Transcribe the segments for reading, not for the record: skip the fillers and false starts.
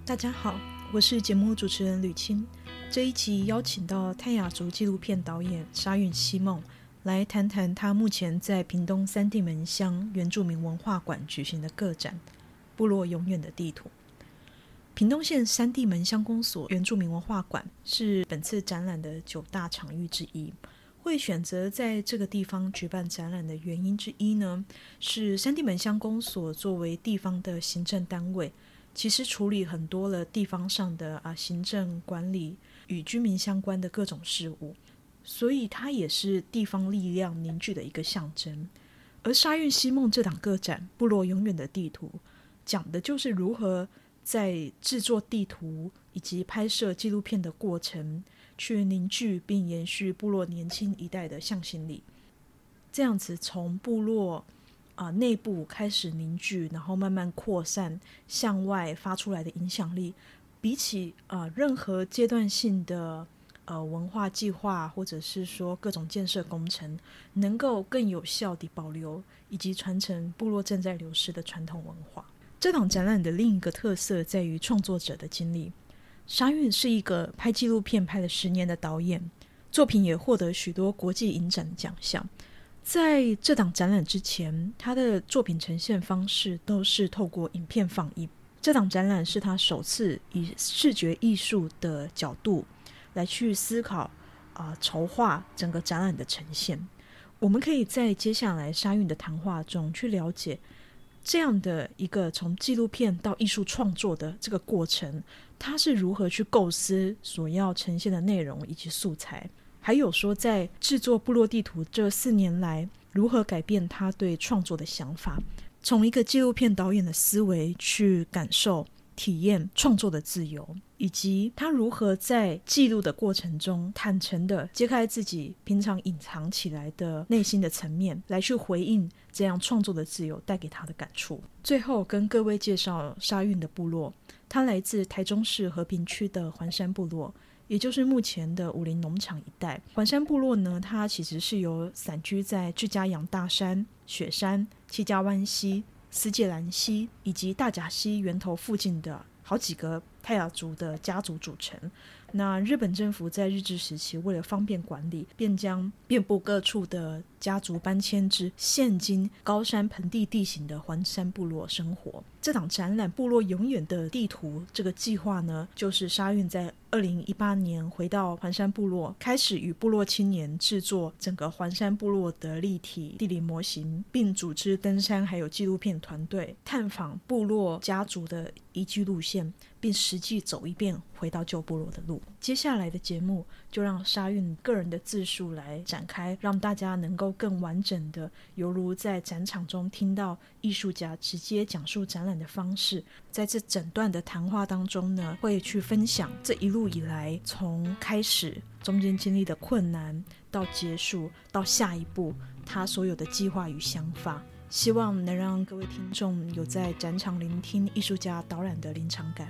大家好，我是节目主持人吕清。这一集邀请到泰雅族纪录片导演沙运希梦来谈谈他目前在屏东三地门乡原住民文化馆举行的个展《部落永远的地图》。屏东县三地门乡公所原住民文化馆是本次展览的9大场域之一。会选择在这个地方举办展览的原因之一呢，是三地门乡公所作为地方的行政单位，其实处理很多了地方上的行政管理与居民相关的各种事务，所以它也是地方力量凝聚的一个象征。而沙运希梦这档个展《部落永远的地图》讲的就是如何在制作地图以及拍摄纪录片的过程去凝聚并延续部落年轻一代的向心力，这样子从部落内部开始凝聚，然后慢慢扩散向外发出来的影响力，比起任何阶段性的文化计划或者是说各种建设工程，能够更有效地保留以及传承部落正在流失的传统文化。这档展览的另一个特色在于创作者的经历。沙运是一个拍纪录片拍了10年的导演，作品也获得许多国际影展奖项。在这档展览之前，他的作品呈现方式都是透过影片放映。这档展览是他首次以视觉艺术的角度来去思考筹划整个展览的呈现。我们可以在接下来沙运的谈话中去了解这样的一个从纪录片到艺术创作的这个过程，他是如何去构思所要呈现的内容以及素材，还有说在制作部落地图这4年来如何改变他对创作的想法，从一个纪录片导演的思维去感受体验创作的自由，以及他如何在记录的过程中坦诚地揭开自己平常隐藏起来的内心的层面，来去回应这样创作的自由带给他的感触。最后跟各位介绍沙运的部落，他来自台中市和平区的环山部落，也就是目前的武林农场一带。环山部落呢，它其实是由散居在志嘉阳大山、雪山、七家湾溪、斯界兰溪以及大甲溪源头附近的好几个泰雅族的家族组成。那日本政府在日治时期为了方便管理，便将遍布各处的家族搬迁至现今高山盆地地形的环山部落生活。这档展览《部落永远的地图》这个计划呢，就是沙运在2018年回到环山部落，开始与部落青年制作整个环山部落的立体地理模型，并组织登山还有纪录片团队探访部落家族的移居路线，并实际走一遍回到旧部落的路。接下来的节目就让沙运个人的自述来展开，让大家能够更完整的犹如在展场中听到艺术家直接讲述展览的方式。在这整段的谈话当中呢，会去分享这一路以来从开始中间经历的困难到结束到下一步他所有的计划与想法，希望能让各位听众有在展场聆听艺术家导览的临场感。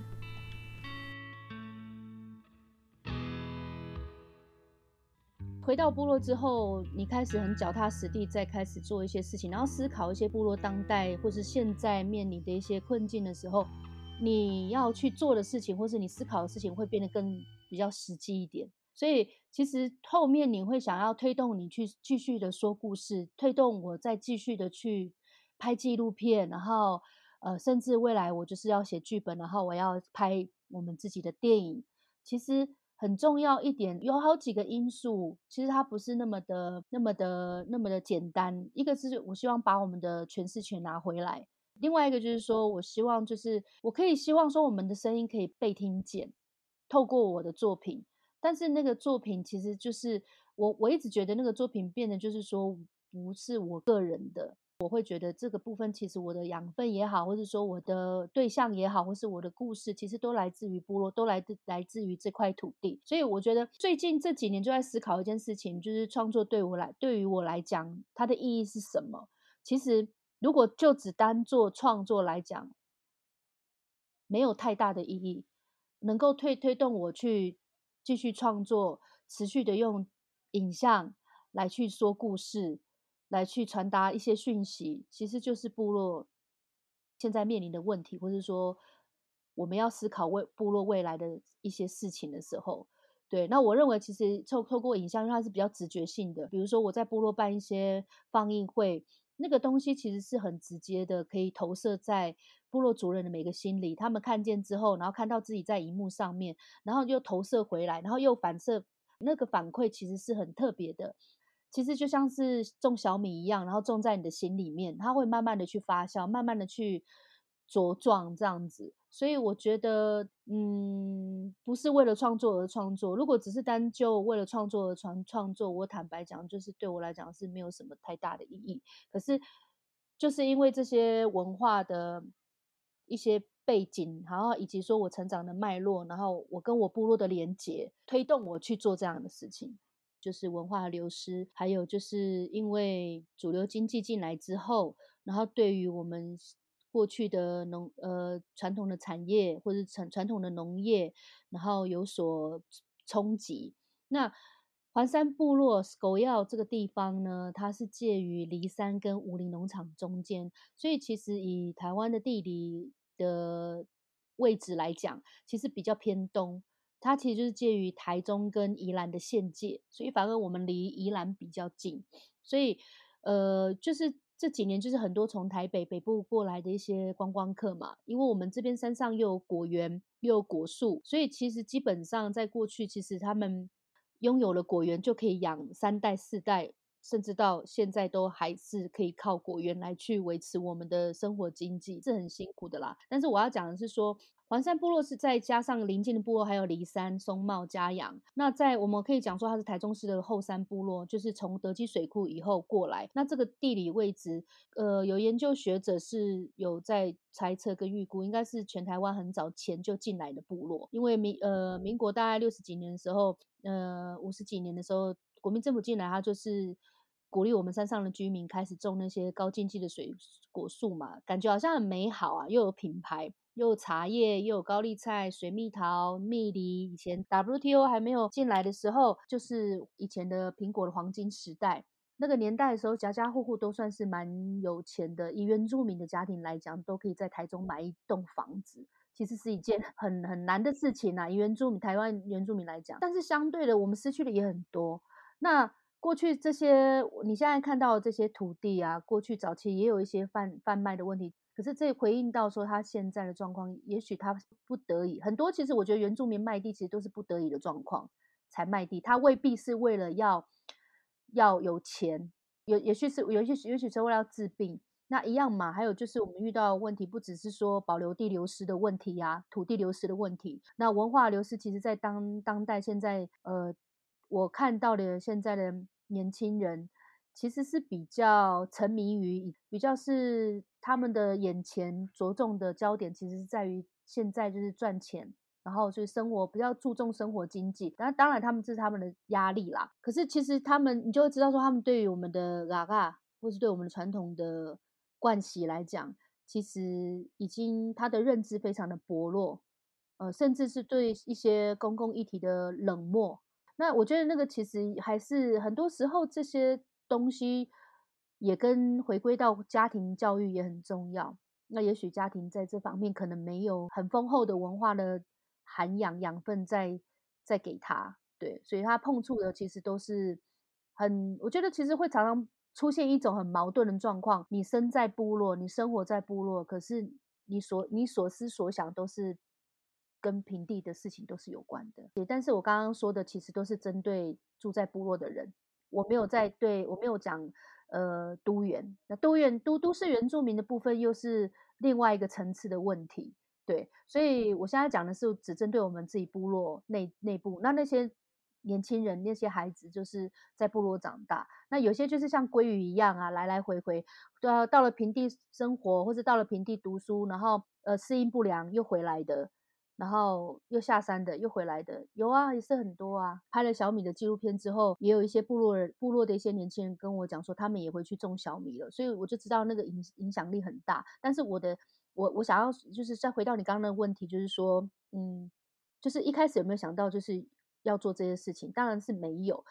回到部落之后，你开始很脚踏实地，再开始做一些事情，然后思考一些部落当代或是现在面临的一些困境的时候，你要去做的事情，或是你思考的事情会变得更比较实际一点。所以其实后面你会想要推动你去继续的说故事，推动我再继续的去拍纪录片，然后甚至未来我就是要写剧本，然后我要拍我们自己的电影。其实很重要一点，有好几个因素，其实它不是那么的简单。一个是我希望把我们的诠释权拿回来，另外一个就是说我希望我可以希望说我们的声音可以被听见，透过我的作品。但是那个作品其实就是我一直觉得那个作品变得就是说不是我个人的。我会觉得这个部分其实我的养分也好，或是说我的对象也好，或是我的故事，其实都来自于部落，都来自于这块土地。所以我觉得最近这几年就在思考一件事情，就是创作对于我来讲，它的意义是什么？其实如果就只单做创作来讲，没有太大的意义，能够推动我去继续创作，持续的用影像来去说故事，来去传达一些讯息，其实就是部落现在面临的问题，或是说我们要思考部落未来的一些事情的时候。对，那我认为其实透过影像，因为它是比较直觉性的，比如说我在部落办一些放映会，那个东西其实是很直接的，可以投射在部落族人的每个心里。他们看见之后，然后看到自己在荧幕上面，然后又投射回来，然后又反射，那个反馈其实是很特别的。其实就像是种小米一样，然后种在你的心里面，它会慢慢的去发酵，慢慢的去茁壮这样子。所以我觉得，不是为了创作而创作。如果只是单就为了创作而创作，我坦白讲，就是对我来讲是没有什么太大的意义。可是，就是因为这些文化的一些背景，然后以及说我成长的脉络，然后我跟我部落的连结，推动我去做这样的事情。就是文化流失，还有就是因为主流经济进来之后，然后对于我们过去的传统的产业或者传统的农业，然后有所冲击。那环山部落狗药这个地方呢，它是介于梨山跟武陵农场中间，所以其实以台湾的地理的位置来讲，其实比较偏东。它其实就是介于台中跟宜兰的县界，所以反而我们离宜兰比较近。所以，就是这几年就是很多从台北北部过来的一些观光客嘛，因为我们这边山上又有果园，又有果树，所以其实基本上在过去，其实他们拥有了果园就可以养3代4代，甚至到现在都还是可以靠果园来去维持我们的生活经济，是很辛苦的啦。但是我要讲的是说，环山部落是再加上邻近的部落，还有梨山、松茂、嘉阳。那我们可以讲说，它是台中市的后山部落，就是从德基水库以后过来。那这个地理位置，有研究学者是有在猜测跟预估，应该是全台湾很早前就进来的部落。因为民国大概60几年的时候，50几年的时候，国民政府进来，他就是鼓励我们山上的居民开始种那些高经济的果树嘛，感觉好像很美好啊，又有品牌，又有茶叶，又有高丽菜、水蜜桃、蜜梨。以前 WTO 还没有进来的时候，就是以前的苹果的黄金时代。那个年代的时候，家家户户都算是蛮有钱的，以原住民的家庭来讲，都可以在台中买一栋房子。其实是一件很难的事情啊，以台湾原住民来讲，但是相对的，我们失去的也很多。那过去这些你现在看到的这些土地啊，过去早期也有一些贩卖的问题，可是这回应到说他现在的状况，也许他不得已，很多其实我觉得原住民卖地其实都是不得已的状况才卖地，他未必是为了要有钱，也许是为了要治病。那一样嘛，还有就是我们遇到的问题，不只是说保留地流失的问题啊，土地流失的问题，那文化流失，其实在当代现在，我看到的现在的年轻人，其实是比较沉迷于，比较是他们的眼前着重的焦点，其实是在于现在就是赚钱，然后就是生活比较注重生活经济，那当然这是他们的压力啦。可是其实你就会知道说，他们对于我们的嘎嘎，或是对我们的传统的惯习来讲，其实已经他的认知非常的薄弱，甚至是对一些公共议题的冷漠。那我觉得那个其实还是很多时候这些东西也跟回归到家庭教育也很重要。那也许家庭在这方面可能没有很丰厚的文化的养分在给他，对，所以他碰触的其实都是我觉得其实会常常出现一种很矛盾的状况，你生在部落，你生活在部落，可是你所思所想都是跟平地的事情都是有关的。但是我刚刚说的其实都是针对住在部落的人，我没有讲都原。那都市原住民的部分又是另外一个层次的问题。对，所以我现在讲的是只针对我们自己部落内部，那些年轻人那些孩子就是在部落长大，那有些就是像鲑鱼一样啊，来来回回，到了平地生活，或者到了平地读书，然后适应不良又回来的，然后又下山的，又回来的，有啊，也是很多啊。拍了小米的纪录片之后，也有一些部落的一些年轻人跟我讲说，他们也回去种小米了，所以我就知道那个影响力很大。但是我想要就是再回到你刚刚的问题，就是说，就是一开始有没有想到就是要做这些事情？当然是没有。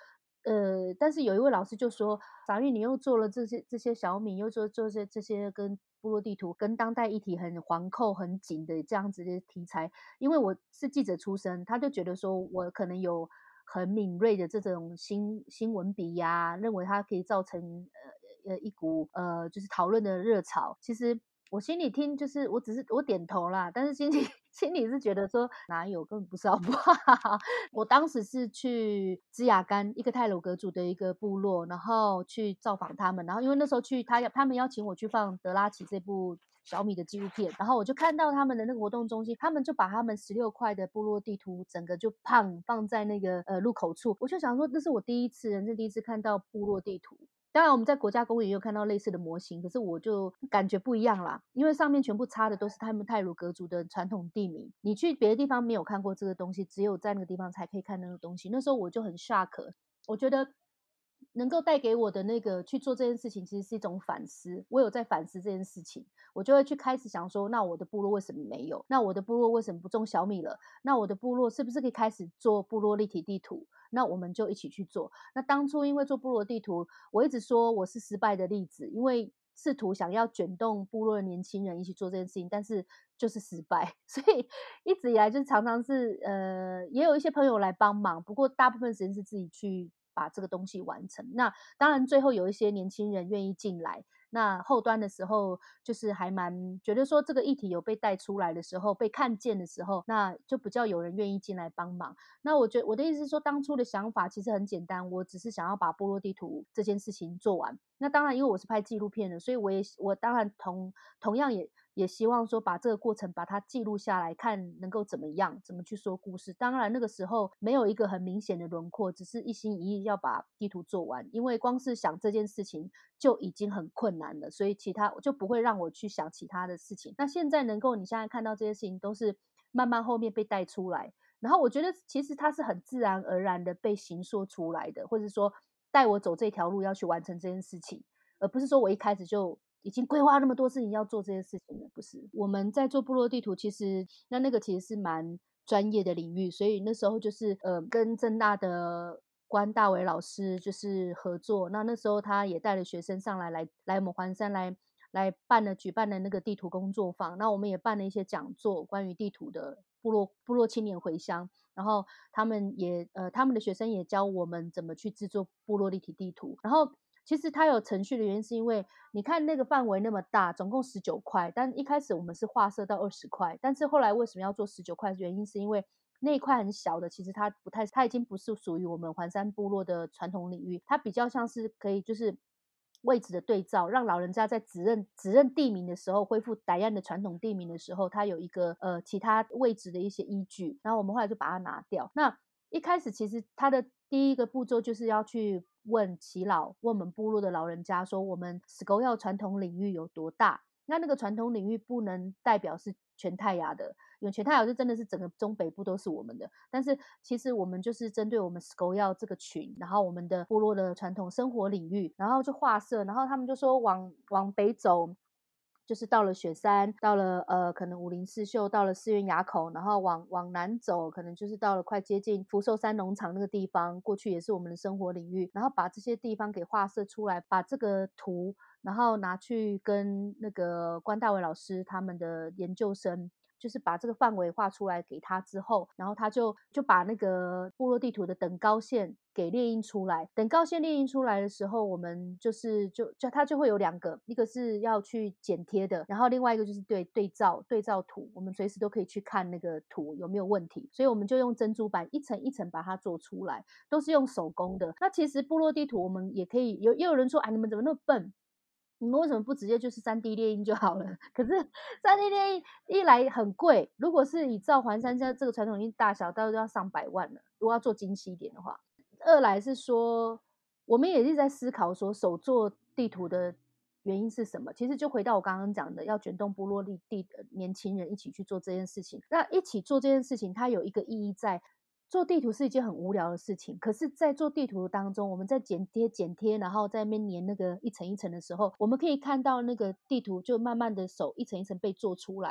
但是有一位老师就说：“法玉，你又做了这些小米，又做这些跟部落地图、跟当代议题很环扣很紧的这样子的题材。”因为我是记者出身，他就觉得说我可能有很敏锐的这种新闻笔呀，认为它可以造成一股就是讨论的热潮。其实我心里听就是我只是我点头啦，但是心里心里是觉得说哪有，根本不是好不好？我当时是去芝雅干一个太鲁阁族的一个部落，然后去造访他们，然后因为那时候去他们邀请我去放德拉奇这部小米的纪录片，然后我就看到他们的那个活动中心，他们就把他们16块的部落地图整个就放在那个入口处，我就想说，这是我人生第一次看到部落地图。当然，我们在国家公园也有看到类似的模型，可是我就感觉不一样啦，因为上面全部插的都是他们太鲁阁族的传统地名，你去别的地方没有看过这个东西，只有在那个地方才可以看那个东西。那时候我就很 shock，我觉得能够带给我的那个去做这件事情，其实是一种反思。我有在反思这件事情，我就会去开始想说，那我的部落为什么没有？那我的部落为什么不种小米了？那我的部落是不是可以开始做部落立体地图？那我们就一起去做。那当初因为做部落地图，我一直说我是失败的例子，因为试图想要卷动部落的年轻人一起做这件事情，但是就是失败，所以一直以来就是常常是也有一些朋友来帮忙，不过大部分时间是自己去把这个东西完成。那当然最后有一些年轻人愿意进来，那后端的时候就是还蛮觉得说这个议题有被带出来的时候，被看见的时候，那就比较有人愿意进来帮忙。那我觉得我的意思是说，当初的想法其实很简单，我只是想要把部落地图这件事情做完。那当然，因为我是拍纪录片的，所以我当然同样也希望说把这个过程把它记录下来，看能够怎么样，怎么去说故事。当然那个时候没有一个很明显的轮廓，只是一心一意要把地图做完，因为光是想这件事情就已经很困难了，所以其他就不会让我去想其他的事情。那现在你现在看到这些事情都是慢慢后面被带出来。然后我觉得其实它是很自然而然的被形塑出来的，或者说带我走这条路要去完成这件事情，而不是说我一开始就已经规划那么多事情要做这些事情了，不是。我们在做部落地图，其实那个其实是蛮专业的领域，所以那时候就是跟政大的关大伟老师就是合作，那时候他也带了学生上来我们环山来举办了那个地图工作坊，那我们也办了一些讲座，关于地图的部落青年回乡，然后他们的学生也教我们怎么去制作部落立体地图。然后其实它有程序的原因是因为你看那个范围那么大，总共19块，但一开始我们是划设到20块，但是后来为什么要做19块？原因是因为那一块很小的，其实它已经不是属于我们环山部落的传统领域，它比较像是可以就是位置的对照，让老人家在指认地名的时候，恢复傣样的传统地名的时候，它有一个其他位置的一些依据。然后我们后来就把它拿掉。那一开始其实它的第一个步骤就是要去问耆老，问我们部落的老人家说，我们史沟要传统领域有多大？那个传统领域不能代表是全泰雅的，因为全泰雅是真的是整个中北部都是我们的，但是其实我们就是针对我们 Skoyal 这个群，然后我们的部落的传统生活领域，然后就划设，然后他们就说往北走。就是到了雪山，到了可能武林四秀，到了四院垭口，然后往南走，可能就是到了快接近福寿山农场那个地方，过去也是我们的生活领域，然后把这些地方给画设出来，把这个图然后拿去跟那个关大伟老师他们的研究生，就是把这个范围画出来给他之后，然后他就把那个部落地图的等高线给列印出来。等高线列印出来的时候，我们它就会有2个，一个是要去剪贴的，然后另外一个就是对照图，我们随时都可以去看那个图有没有问题，所以我们就用珍珠板一层一层把它做出来，都是用手工的。那其实部落地图我们也可以也有人说，哎，你们怎么那么笨？你们为什么不直接就是 3D 列印就好了？可是 3D 列印一来很贵，如果是以照环山这个传统印大小，大概都要上百万了。如果要做精细一点的话，二来是说，我们也一直在思考说手做地图的原因是什么。其实就回到我刚刚讲的，要卷动部落地的年轻人一起去做这件事情。那一起做这件事情，它有一个意义在。做地图是一件很无聊的事情，可是在做地图当中，我们在剪贴，然后在那边粘那个一层一层的时候，我们可以看到那个地图就慢慢的手一层一层被做出来。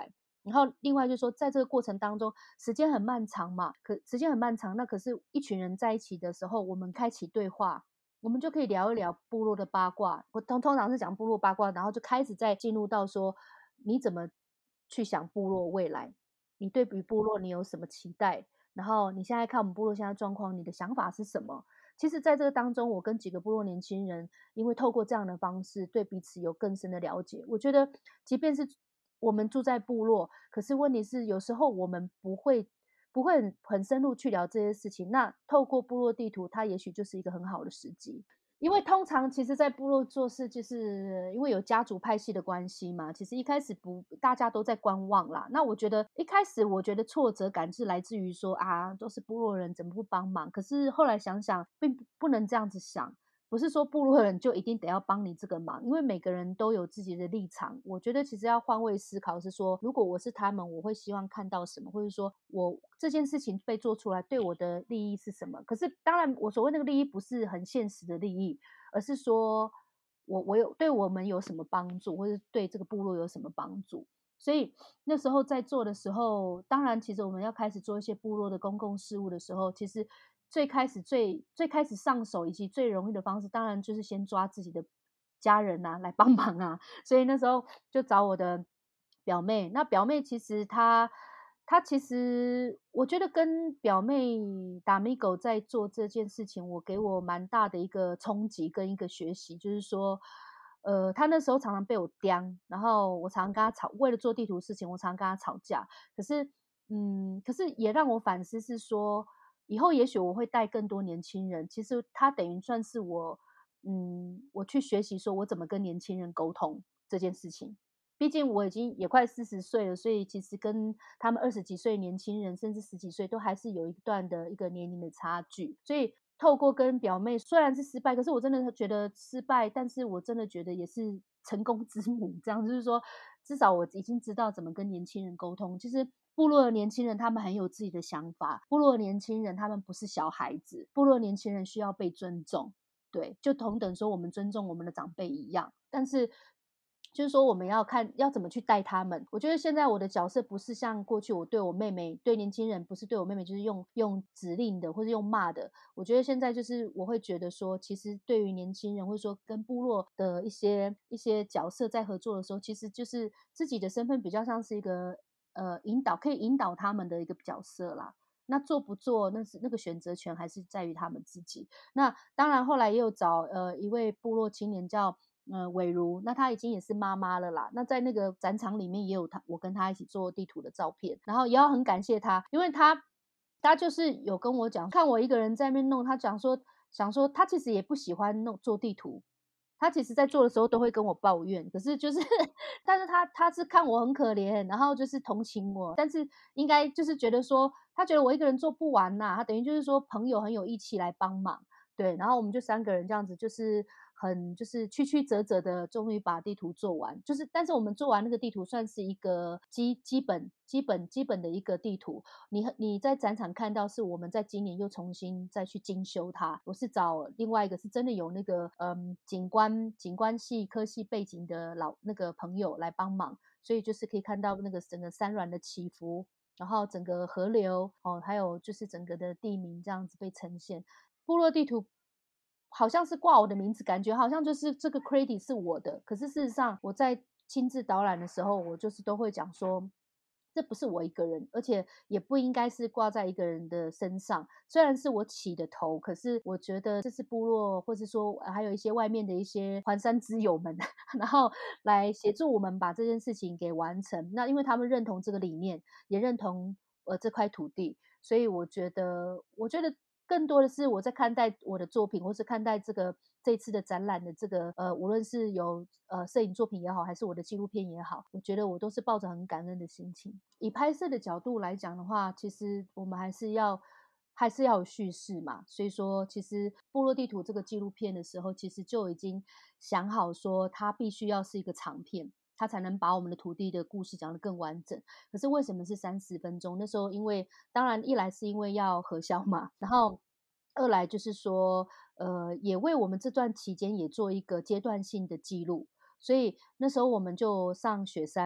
然后另外就是说，在这个过程当中，时间很漫长嘛，时间很漫长，那可是一群人在一起的时候，我们开启对话，我们就可以聊一聊部落的八卦。我通常是讲部落八卦，然后就开始再进入到说，你怎么去想部落未来？你对于部落你有什么期待？然后你现在看我们部落现在状况，你的想法是什么？其实在这个当中，我跟几个部落年轻人，因为透过这样的方式，对彼此有更深的了解。我觉得，即便是我们住在部落，可是问题是，有时候我们不会很深入去聊这些事情。那透过部落地图，它也许就是一个很好的时机。因为通常其实在部落做事，就是因为有家族派系的关系嘛，其实一开始大家都在观望啦。那我觉得一开始我觉得挫折感是来自于说啊，都是部落人怎么不帮忙？可是后来想想，并不能这样子想。不是说部落人就一定得要帮你这个忙，因为每个人都有自己的立场。我觉得其实要换位思考，是说如果我是他们，我会希望看到什么，或者说我这件事情被做出来对我的利益是什么。可是当然，我所谓那个利益不是很现实的利益，而是说我对我们有什么帮助，或者对这个部落有什么帮助。所以那时候在做的时候，当然，其实我们要开始做一些部落的公共事务的时候，其实最开始上手以及最容易的方式，当然就是先抓自己的家人啊来帮忙啊。所以那时候就找我的表妹，那表妹其实她其实我觉得跟表妹打咪狗在做这件事情，给我蛮大的一个冲击跟一个学习，就是说。她那时候常常被我刁，然后我常常跟她吵，为了做地图事情，我常常跟她吵架。可是也让我反思是说，以后也许我会带更多年轻人。其实他等于算是我去学习说我怎么跟年轻人沟通这件事情。毕竟我已经也快40岁了，所以其实跟他们20几岁年轻人，甚至十几岁，都还是有一段的一个年龄的差距。所以透过跟表妹，虽然是失败，可是我真的觉得失败，但是我真的觉得也是成功之母。这样就是说，至少我已经知道怎么跟年轻人沟通。其实部落的年轻人他们很有自己的想法，部落的年轻人他们不是小孩子，部落的年轻人需要被尊重。对，就同等说我们尊重我们的长辈一样，但是就是说我们要看要怎么去带他们。我觉得现在我的角色不是像过去我对我妹妹、对年轻人，不是对我妹妹就是用指令的或者用骂的。我觉得现在就是我会觉得说，其实对于年轻人或者说跟部落的一些角色在合作的时候，其实就是自己的身份比较像是一个可以引导他们的一个角色啦。那做不做，那个选择权还是在于他们自己。那当然，后来也有找一位部落青年叫伟如，那她已经也是妈妈了啦。那在那个展场里面也有我跟她一起做地图的照片，然后也要很感谢她，因为她就是有跟我讲，看我一个人在那边弄，她想说她其实也不喜欢做地图，他其实在做的时候都会跟我抱怨，可是就是但是他是看我很可怜，然后就是同情我，但是应该就是觉得说，他觉得我一个人做不完呐，他等于就是说朋友很有义气来帮忙。对，然后我们就3个人这样子，就是就是曲曲折折的，终于把地图做完。但是我们做完那个地图，算是一个基本的一个地图。你在展场看到，是我们在今年又重新再去精修它。我是找另外一个是真的有那个景观系科系背景的那个朋友来帮忙，所以就是可以看到那个整个山峦的起伏。然后整个河流还有就是整个的地名这样子被呈现。部落地图好像是挂我的名字，感觉好像就是这个 credit 是我的。可是事实上，我在亲自导览的时候，我就是都会讲说，这不是我一个人，而且也不应该是挂在一个人的身上。虽然是我起的头，可是我觉得这是部落，或是说还有一些外面的一些环山之友们，然后来协助我们把这件事情给完成。那因为他们认同这个理念，也认同这块土地，所以我觉得更多的是我在看待我的作品，或是看待这次的展览的无论是有摄影作品也好，还是我的纪录片也好，我觉得我都是抱着很感恩的心情。以拍摄的角度来讲的话，其实我们还是要有叙事嘛。所以说，其实部落地图这个纪录片的时候，其实就已经想好说，它必须要是一个长片。它才能把我们的土地的故事讲得更完整。可是为什么是30分钟？那时候因为当然一来是因为要核销嘛，然后二来就是说，也为我们这段期间也做一个阶段性的记录。所以那时候我们就上雪山，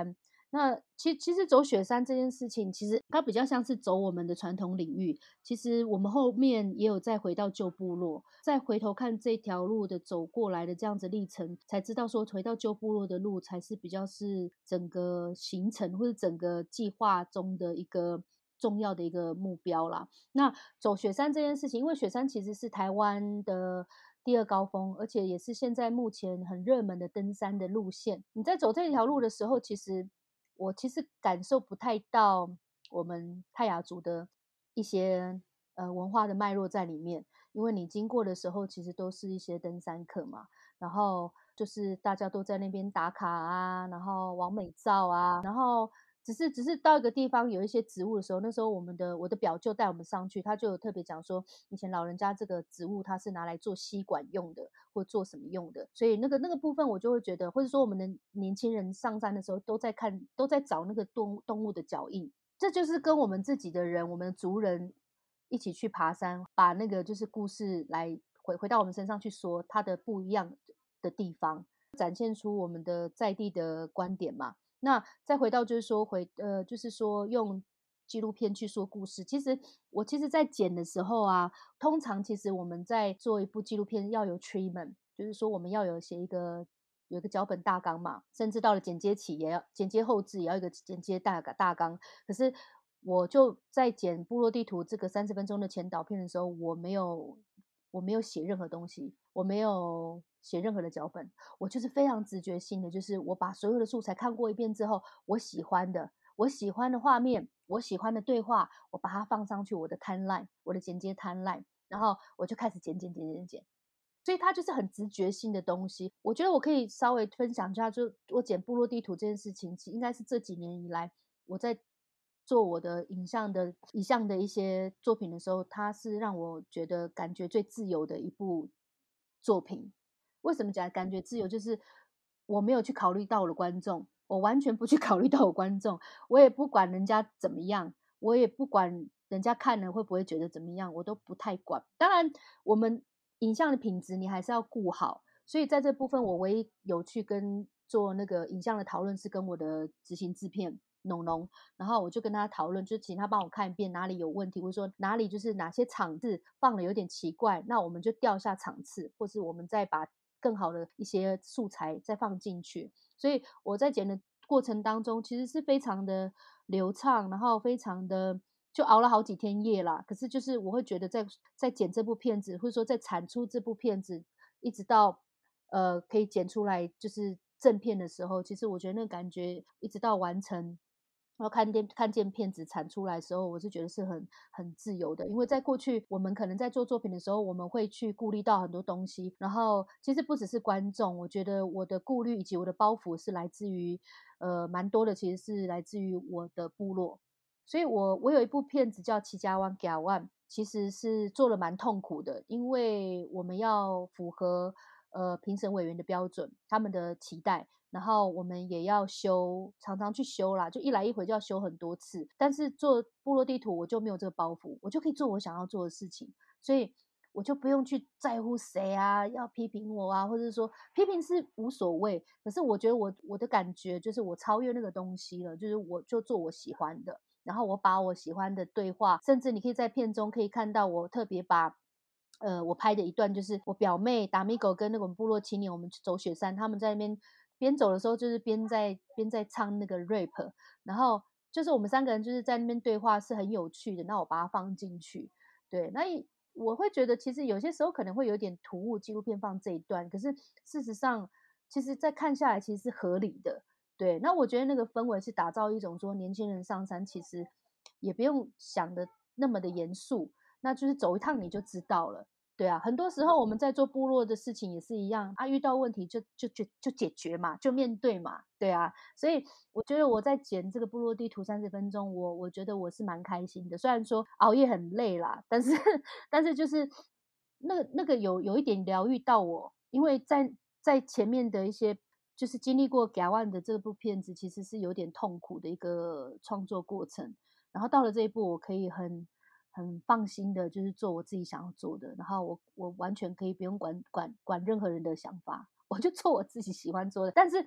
那其实走雪山这件事情，其实它比较像是走我们的传统领域。其实我们后面也有再回到旧部落，再回头看这条路的走过来的这样子历程，才知道说回到旧部落的路才是比较是整个行程或者整个计划中的一个重要的一个目标啦。那走雪山这件事情，因为雪山其实是台湾的第二高峰，而且也是现在目前很热门的登山的路线。你在走这条路的时候，我其实感受不太到我们泰雅族的一些文化的脉络在里面，因为你经过的时候，其实都是一些登山客嘛，然后就是大家都在那边打卡啊，然后完美照啊，然后只是到一个地方有一些植物的时候，那时候我的表舅带我们上去，他就有特别讲说，以前老人家这个植物它是拿来做吸管用的，或做什么用的，所以那个部分我就会觉得，或者说我们的年轻人上山的时候都在找那个动物的脚印，这就是跟我们自己的人，我们的族人一起去爬山，把那个就是故事来回到我们身上去说它的不一样的地方，展现出我们的在地的观点嘛。那再回到就是说就是说用纪录片去说故事。其实在剪的时候啊，通常其实我们在做一部纪录片要有 treatment，就是说我们要有一个脚本大纲嘛，甚至到了剪接期也要剪接后置也要一个剪接大纲。可是我就在剪部落地图这个30分钟的前导片的时候，我没有写任何东西，我没有写任何的脚本，我就是非常直觉性的，就是我把所有的素材看过一遍之后，我喜欢的画面，我喜欢的对话，我把它放上去我的 timeline，我的剪接 timeline，然后我就开始剪。所以它就是很直觉性的东西。我觉得我可以稍微分享一下，就我剪部落地图这件事情，应该是这几年以来我在做我的影像的一些作品的时候，它是让我觉得感觉最自由的一部作品。为什么讲感觉自由？就是我没有去考虑到我的观众，我完全不去考虑到我观众，我也不管人家怎么样，我也不管人家看了会不会觉得怎么样，我都不太管。当然，我们影像的品质你还是要顾好，所以在这部分我唯一有去跟做那个影像的讨论是跟我的执行制片农农，然后我就跟他讨论，就请他帮我看一遍哪里有问题，或者说哪里就是哪些场次放的有点奇怪，那我们就调一下场次，或是我们再把更好的一些素材再放进去。所以我在剪的过程当中，其实是非常的流畅，然后非常的就熬了好几天夜啦。可是就是我会觉得在剪这部片子，或者说在产出这部片子，一直到可以剪出来就是正片的时候，其实我觉得那个感觉一直到完成。然后看见片子产出来的时候，我是觉得是很自由的，因为在过去我们可能在做作品的时候，我们会去顾虑到很多东西，然后其实不只是观众，我觉得我的顾虑以及我的包袱是来自于蛮多的，其实是来自于我的部落，所以我有一部片子叫《七家湾甲湾》，其实是做了蛮痛苦的，因为我们要符合评审委员的标准，他们的期待。然后我们也要修，常常去修啦，就一来一回就要修很多次。但是做部落地图我就没有这个包袱，我就可以做我想要做的事情，所以我就不用去在乎谁啊要批评我啊，或者说批评是无所谓。可是我觉得我的感觉就是我超越那个东西了，就是我就做我喜欢的，然后我把我喜欢的对话，甚至你可以在片中可以看到我特别把。我拍的一段就是我表妹达米狗跟那个部落青年，我们去走雪山，他们在那边边走的时候，就是边在唱那个 rap，然后就是我们三个人就是在那边对话，是很有趣的。那我把它放进去，对，我会觉得其实有些时候可能会有点突兀，纪录片放这一段，可是事实上，其实在看下来其实是合理的。对，那我觉得那个氛围是打造一种说年轻人上山其实也不用想的那么的严肃，那就是走一趟你就知道了。对啊，很多时候我们在做部落的事情也是一样啊，遇到问题就解决嘛，就面对嘛，对啊。所以我觉得我在剪这个部落地图30分钟，我觉得我是蛮开心的。虽然说熬夜很累啦，但是但是就是那个有一点疗愈到我，因为在前面的一些就是经历过《甲万》的这部片子，其实是有点痛苦的一个创作过程。然后到了这一步，我可以很放心的，就是做我自己想要做的，然后我完全可以不用管任何人的想法，我就做我自己喜欢做的。但是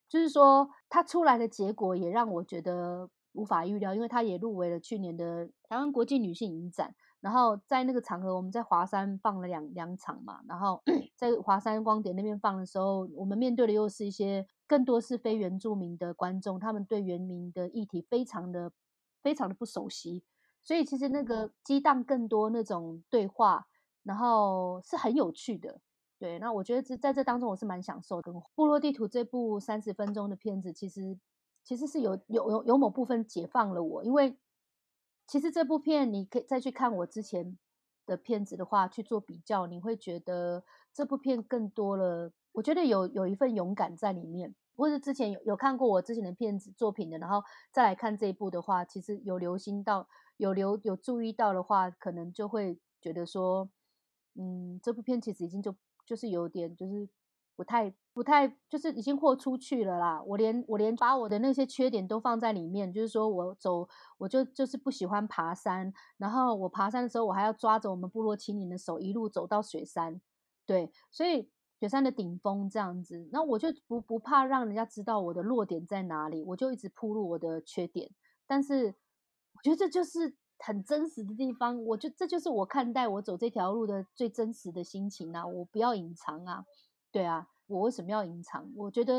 就是说它出来的结果也让我觉得无法预料，因为它也入围了去年的台湾国际女性影展。然后在那个场合，我们在华山放了两场嘛，然后在华山光点那边放的时候，我们面对的又是一些更多是非原住民的观众，他们对原民的议题非常的不熟悉，所以其实那个激荡更多那种对话，然后是很有趣的。对，那我觉得在这当中我是蛮享受的。部落地图这部30分钟的片子，其实是有某部分解放了我，因为其实这部片你可以再去看我之前的片子的话，去做比较，你会觉得这部片更多了，我觉得有一份勇敢在里面。或是之前有看过我之前的片子作品的，然后再来看这一部的话，其实有留心到，有注意到的话，可能就会觉得说，这部片其实已经就是有点就是不太就是已经豁出去了啦。我连把我的那些缺点都放在里面，就是说我就是不喜欢爬山，然后我爬山的时候我还要抓着我们部落青年的手一路走到雪山，对，所以雪山的顶峰这样子，那我就不怕让人家知道我的弱点在哪里，我就一直铺路我的缺点。但是我觉得这就是很真实的地方，我觉得这就是我看待我走这条路的最真实的心情啊，我不要隐藏啊。对啊，我为什么要隐藏？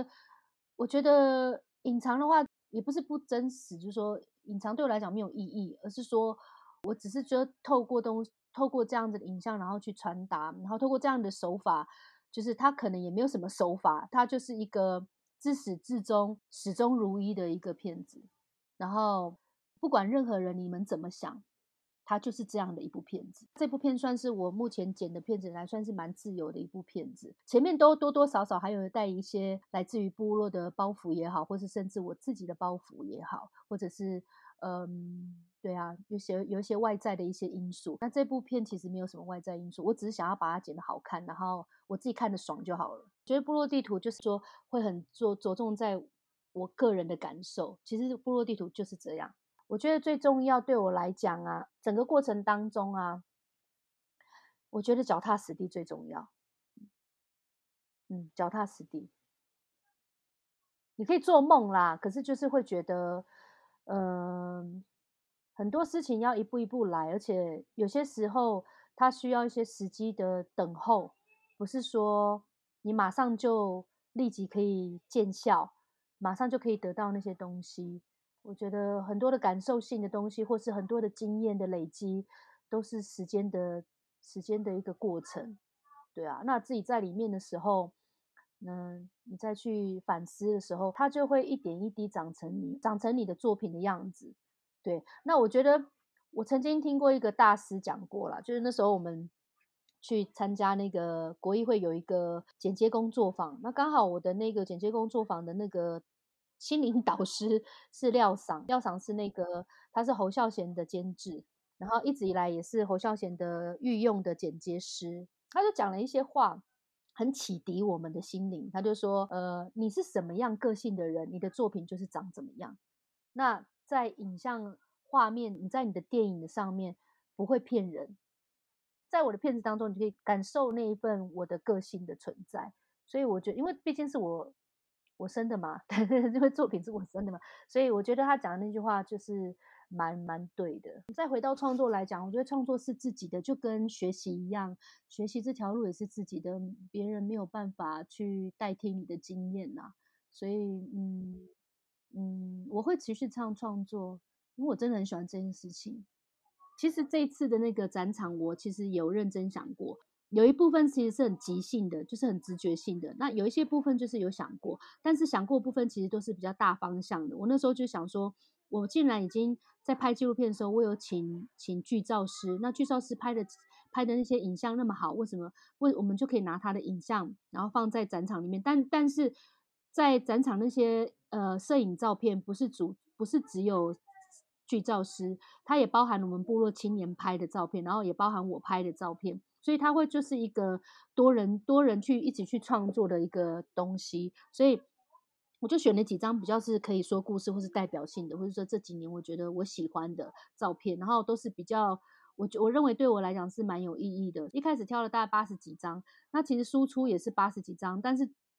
我觉得隐藏的话也不是不真实，就是说隐藏对我来讲没有意义，而是说我只是觉得透过这样子的影像，然后去传达，然后透过这样的手法，就是它可能也没有什么手法，它就是一个自始至终始终如一的一个片子。然后不管任何人你们怎么想，它就是这样的一部片子。这部片算是我目前剪的片子来算是蛮自由的一部片子，前面都多多少少还有带一些来自于部落的包袱也好，或是甚至我自己的包袱也好，或者是对啊，有一些外在的一些因素。那这部片其实没有什么外在因素，我只是想要把它剪得好看，然后我自己看得爽就好了。觉得部落地图就是说会很着重在我个人的感受，其实部落地图就是这样。我觉得最重要对我来讲啊，整个过程当中啊，我觉得脚踏实地最重要。脚踏实地，你可以做梦啦，可是就是会觉得，嗯、很多事情要一步一步来，而且有些时候它需要一些时机的等候，不是说你马上就立即可以见效，马上就可以得到那些东西。我觉得很多的感受性的东西，或是很多的经验的累积，都是时间的一个过程。对啊，那自己在里面的时候，你再去反思的时候，它就会一点一滴长成你的作品的样子。对，那我觉得我曾经听过一个大师讲过啦，就是那时候我们去参加那个国议会有一个剪接工作坊，那刚好我的那个剪接工作坊的那个心灵导师是廖桑，廖桑是那个他是侯孝贤的监制，然后一直以来也是侯孝贤的御用的剪接师，他就讲了一些话，很启迪我们的心灵。他就说，你是什么样个性的人，你的作品就是长怎么样。那在影像画面，你在你的电影的上面不会骗人，在我的片子当中，你可以感受那一份我的个性的存在。所以我觉得，因为毕竟是我生的嘛，因为作品是我生的嘛，所以我觉得他讲的那句话就是蛮对的。再回到创作来讲，我觉得创作是自己的，就跟学习一样，学习这条路也是自己的，别人没有办法去代替你的经验呐、所以，我会持续创作，因为我真的很喜欢这件事情。其实这一次的那个展场，我其实有认真想过，有一部分其实是很即兴的，就是很直觉性的。那有一些部分就是有想过，但是想过的部分其实都是比较大方向的。我那时候就想说，我既然已经在拍纪录片的时候，我有请剧照师，那剧照师拍的那些影像那么好，为什么我们就可以拿他的影像，然后放在展场里面？但是在展场那些摄影照片不是只有剧照师，它也包含我们部落青年拍的照片，然后也包含我拍的照片，所以它会就是一个多人去一起去创作的一个东西，所以我就选了几张比较是可以说故事或是代表性的，或者说这几年我觉得我喜欢的照片，然后都是比较我认为对我来讲是蛮有意义的。一开始挑了大概80几张，那其实输出也是80几张，但是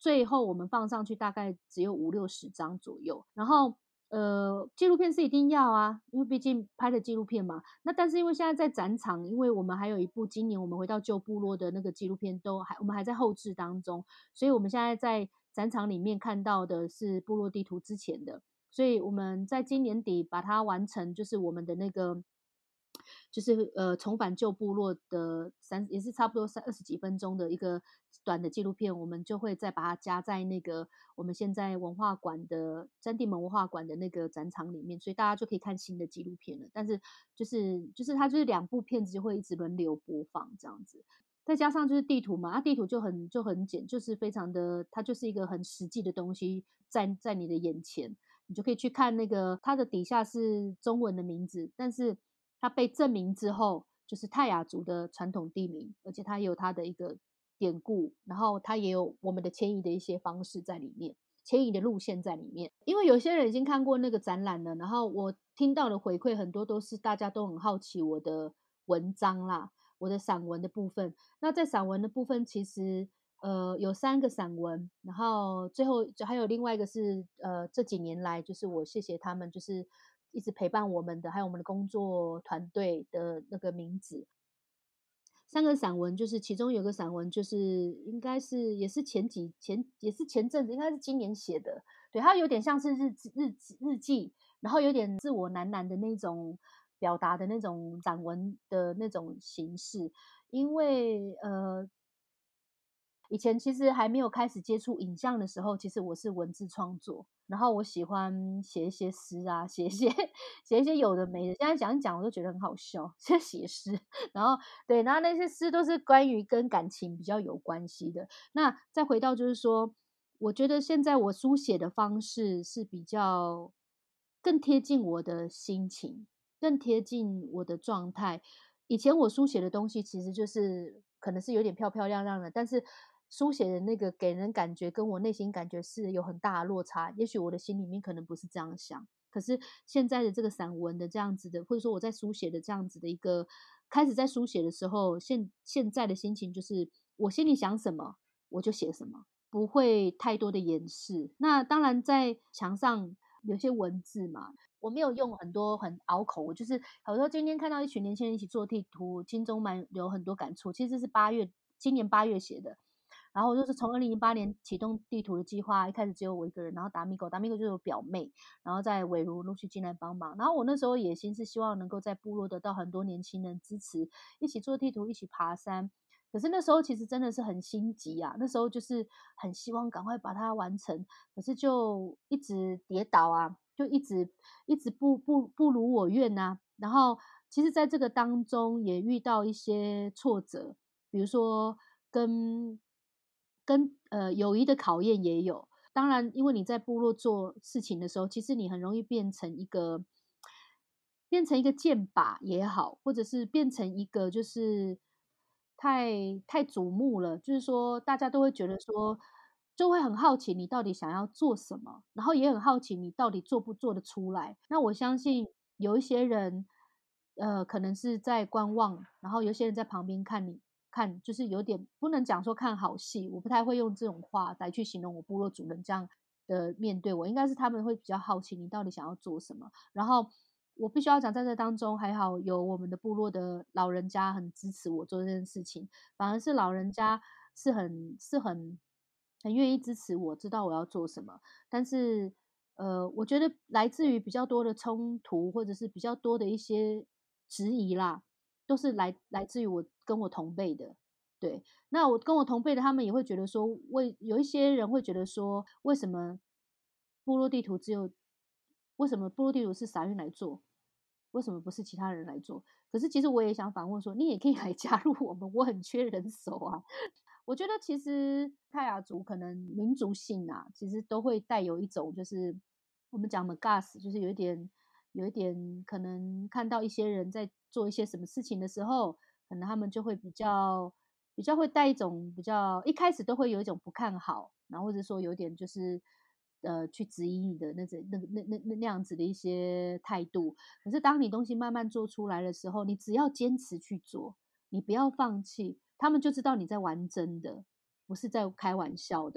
最后我们放上去大概只有50-60张左右。然后纪录片是一定要啊，因为毕竟拍的纪录片嘛。那但是因为现在在展场，因为我们还有一部今年我们回到旧部落的那个纪录片我们还在后制当中，所以我们现在在展场里面看到的是部落地图之前的，所以我们在今年底把它完成，就是我们的那个就是重返旧部落的也是差不多20几分钟的一个短的纪录片，我们就会再把它加在那个我们现在文化馆的詹地门文化馆的那个展场里面，所以大家就可以看新的纪录片了。但是就是它就是2部片子就会一直轮流播放这样子。再加上就是地图嘛，地图就很就是非常的，它就是一个很实际的东西在你的眼前，你就可以去看那个它的底下是中文的名字，但是它被证明之后就是泰雅族的传统地名，而且它也有它的一个典故，然后它也有我们的迁移的一些方式在里面，迁移的路线在里面。因为有些人已经看过那个展览了，然后我听到的回馈很多都是大家都很好奇我的文章啦，我的散文的部分。那在散文的部分其实有3个散文，然后最后还有另外一个是这几年来就是我谢谢他们就是一直陪伴我们的，还有我们的工作团队的那个名字。3个散文就是其中有个散文就是应该是也是前阵子应该是今年写的，对，它有点像是日记，然后有点自我喃喃的那种表达的那种散文的那种形式。因为以前其实还没有开始接触影像的时候，其实我是文字创作，然后我喜欢写一些诗啊，写一些有的没的。现在讲一讲我都觉得很好笑，在写诗，然后对，然后那些诗都是关于跟感情比较有关系的。那再回到就是说，我觉得现在我书写的方式是比较更贴近我的心情，更贴近我的状态。以前我书写的东西其实就是可能是有点漂漂亮亮的，但是书写的那个给人感觉跟我内心感觉是有很大的落差。也许我的心里面可能不是这样想，可是现在的这个散文的这样子的，或者说我在书写的这样子的一个开始在书写的时候，现在的心情就是我心里想什么我就写什么，不会太多的掩饰。那当然在墙上有些文字嘛，我没有用很多很拗口，我就是好多今天看到一群年轻人一起做地图，心中有很多感触。其实是今年8月写的，然后就是从2008年启动地图的计划，一开始只有我一个人，然后达米狗就是我表妹，然后在伟如陆续进来帮忙。然后我那时候野心是希望能够在部落得到很多年轻人支持，一起做地图，一起爬山。可是那时候其实真的是很心急啊，那时候就是很希望赶快把它完成，可是就一直跌倒啊，就一直不如我愿啊。然后其实在这个当中也遇到一些挫折，比如说跟友谊的考验也有。当然因为你在部落做事情的时候，其实你很容易变成一个箭靶也好，或者是变成一个就是太瞩目了，就是说大家都会觉得说，就会很好奇你到底想要做什么，然后也很好奇你到底做不做得出来。那我相信有一些人，可能是在观望，然后有些人在旁边看，就是有点不能讲说看好戏，我不太会用这种话来去形容我部落主人这样的面对我，应该是他们会比较好奇你到底想要做什么。然后我必须要讲，在这当中还好有我们的部落的老人家很支持我做这件事情，反而是老人家是很愿意支持我，知道我要做什么。但是我觉得来自于比较多的冲突，或者是比较多的一些质疑啦，都是来自于我跟我同辈的。对，那我跟我同辈的，他们也会觉得说，有一些人会觉得说，部落地图只有为什么部落地图是撒运来做，为什么不是其他人来做？可是其实我也想反问说，你也可以来加入我们，我很缺人手啊。我觉得其实泰雅族可能民族性啊，其实都会带有一种就是我们讲的 gas，就是有一点可能看到一些人在做一些什么事情的时候，可能他们就会比较会带一种比较一开始都会有一种不看好，然后或者说有点就是去质疑你的那样子的一些态度。可是当你东西慢慢做出来的时候，你只要坚持去做，你不要放弃，他们就知道你在玩真的，不是在开玩笑的。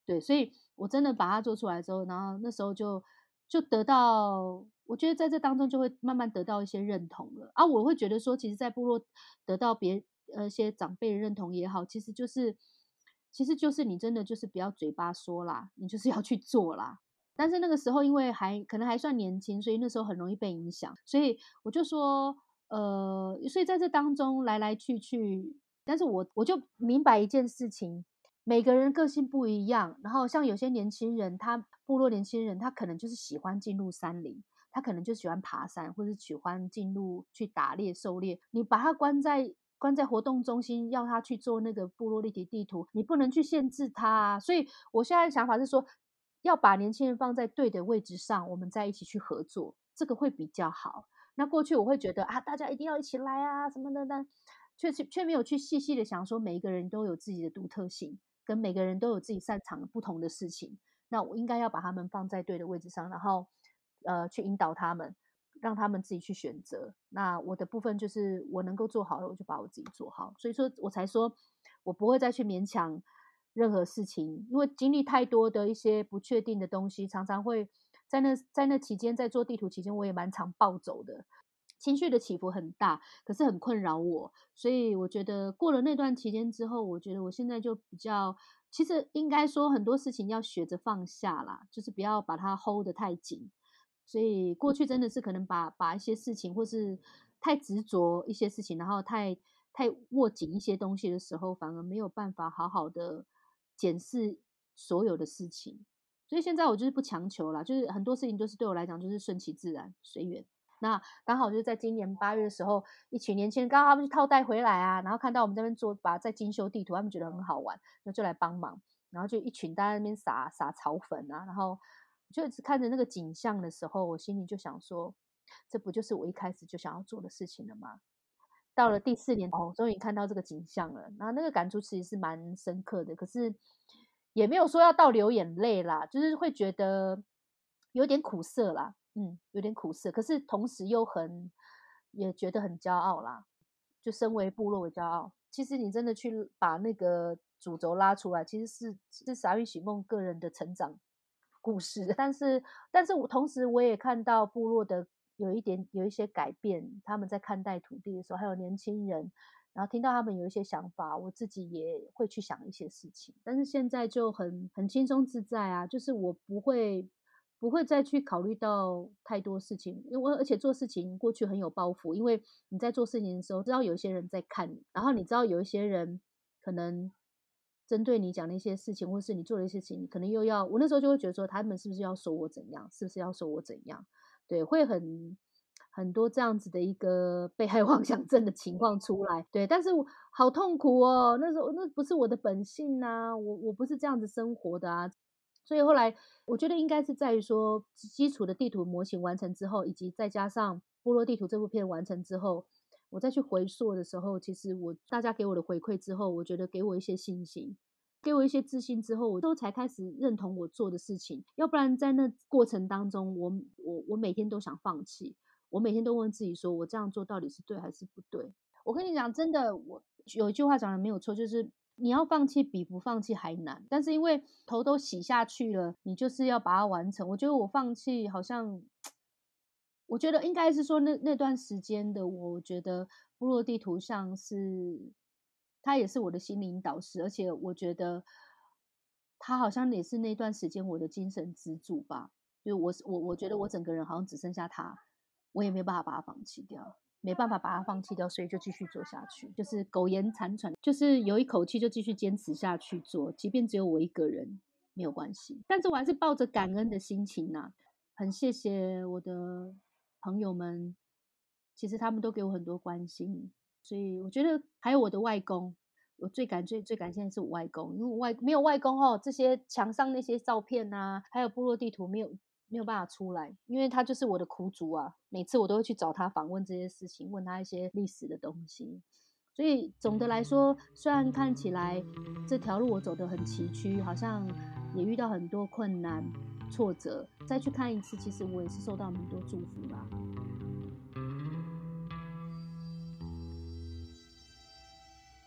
对，所以我真的把它做出来之后，然后那时候就得到，我觉得在这当中就会慢慢得到一些认同了啊。我会觉得说，其实，在部落得到一些长辈的认同也好，其实就是你真的就是不要嘴巴说啦，你就是要去做啦。但是那个时候因为可能还算年轻，所以那时候很容易被影响，所以我就说，所以在这当中来来去去，但是我就明白一件事情，每个人个性不一样，然后像有些年轻人，部落年轻人，他可能就是喜欢进入山林，他可能就喜欢爬山，或者喜欢进入去打猎、狩猎。你把他关在活动中心，要他去做那个部落立体地图，你不能去限制他啊。所以我现在的想法是说，要把年轻人放在对的位置上，我们再一起去合作，这个会比较好。那过去我会觉得啊，大家一定要一起来啊什么的，但却没有去细细的想说，每一个人都有自己的独特性，跟每个人都有自己擅长不同的事情。那我应该要把他们放在对的位置上，然后去引导他们，让他们自己去选择。那我的部分就是我能够做好了，我就把我自己做好。所以说我才说我不会再去勉强任何事情，因为经历太多的一些不确定的东西，常常会在那期间，在做地图期间，我也蛮常暴走的，情绪的起伏很大，可是很困扰我。所以我觉得过了那段期间之后，我觉得我现在就比较，其实应该说很多事情要学着放下啦，就是不要把它 hold 得太紧。所以过去真的是可能把一些事情，或是太执着一些事情，然后太握紧一些东西的时候，反而没有办法好好的检视所有的事情。所以现在我就是不强求啦，就是很多事情都是对我来讲就是顺其自然、随缘。那刚好就是在今年8月的时候，一群年轻人刚好他们去套袋回来啊，然后看到我们这边在精修地图，他们觉得很好玩，那就来帮忙，然后就一群大家在那边撒草粉啊，然后就一直看着那个景象的时候，我心里就想说，这不就是我一开始就想要做的事情了吗？到了第4年，哦，终于看到这个景象了，然后那个感触其实是蛮深刻的，可是也没有说要到流眼泪啦，就是会觉得有点苦涩啦，有点苦涩，可是同时也觉得很骄傲啦，就身为部落为骄傲。其实你真的去把那个主轴拉出来，其实是傻玉许梦个人的成长故事，但是我同时我也看到部落的有一些改变，他们在看待土地的时候，还有年轻人，然后听到他们有一些想法，我自己也会去想一些事情。但是现在就很轻松自在啊，就是我不会再去考虑到太多事情，因为而且做事情过去很有包袱，因为你在做事情的时候，知道有一些人在看你，然后你知道有一些人可能针对你讲的一些事情，或是你做的一些事情，你可能又要，我那时候就会觉得说，他们是不是要说我怎样，是不是要说我怎样？对，会很多这样子的一个被害妄想症的情况出来，对，但是我好痛苦哦，那时候那不是我的本性呐、我不是这样子生活的啊，所以后来我觉得应该是在于说，基础的地图模型完成之后，以及再加上部落地图这部片完成之后，我再去回溯的时候，其实大家给我的回馈之后，我觉得给我一些信心，给我一些自信之后，我都才开始认同我做的事情。要不然在那过程当中，我每天都想放弃，我每天都问自己说，我这样做到底是对还是不对？我跟你讲，真的，我有一句话讲的没有错，就是你要放弃比不放弃还难。但是因为头都洗下去了，你就是要把它完成。我觉得我放弃好像，我觉得应该是说那段时间的我觉得部落地图像是，他也是我的心灵导师，而且我觉得他好像也是那段时间我的精神支柱吧。就我觉得我整个人好像只剩下他，我也没有办法把他放弃掉。没办法把它放弃掉，所以就继续做下去，就是苟延残喘，就是有一口气就继续坚持下去做，即便只有我一个人没有关系，但是我还是抱着感恩的心情呐、很谢谢我的朋友们，其实他们都给我很多关心，所以我觉得还有我的外公，我最感谢的是我外公，因为没有外公哦，这些墙上那些照片啊，还有部落地图没有办法出来，因为他就是我的苦主啊。每次我都会去找他访问这些事情，问他一些历史的东西。所以总的来说，虽然看起来这条路我走得很崎岖，好像也遇到很多困难、挫折，再去看一次，其实我也是受到很多祝福啦。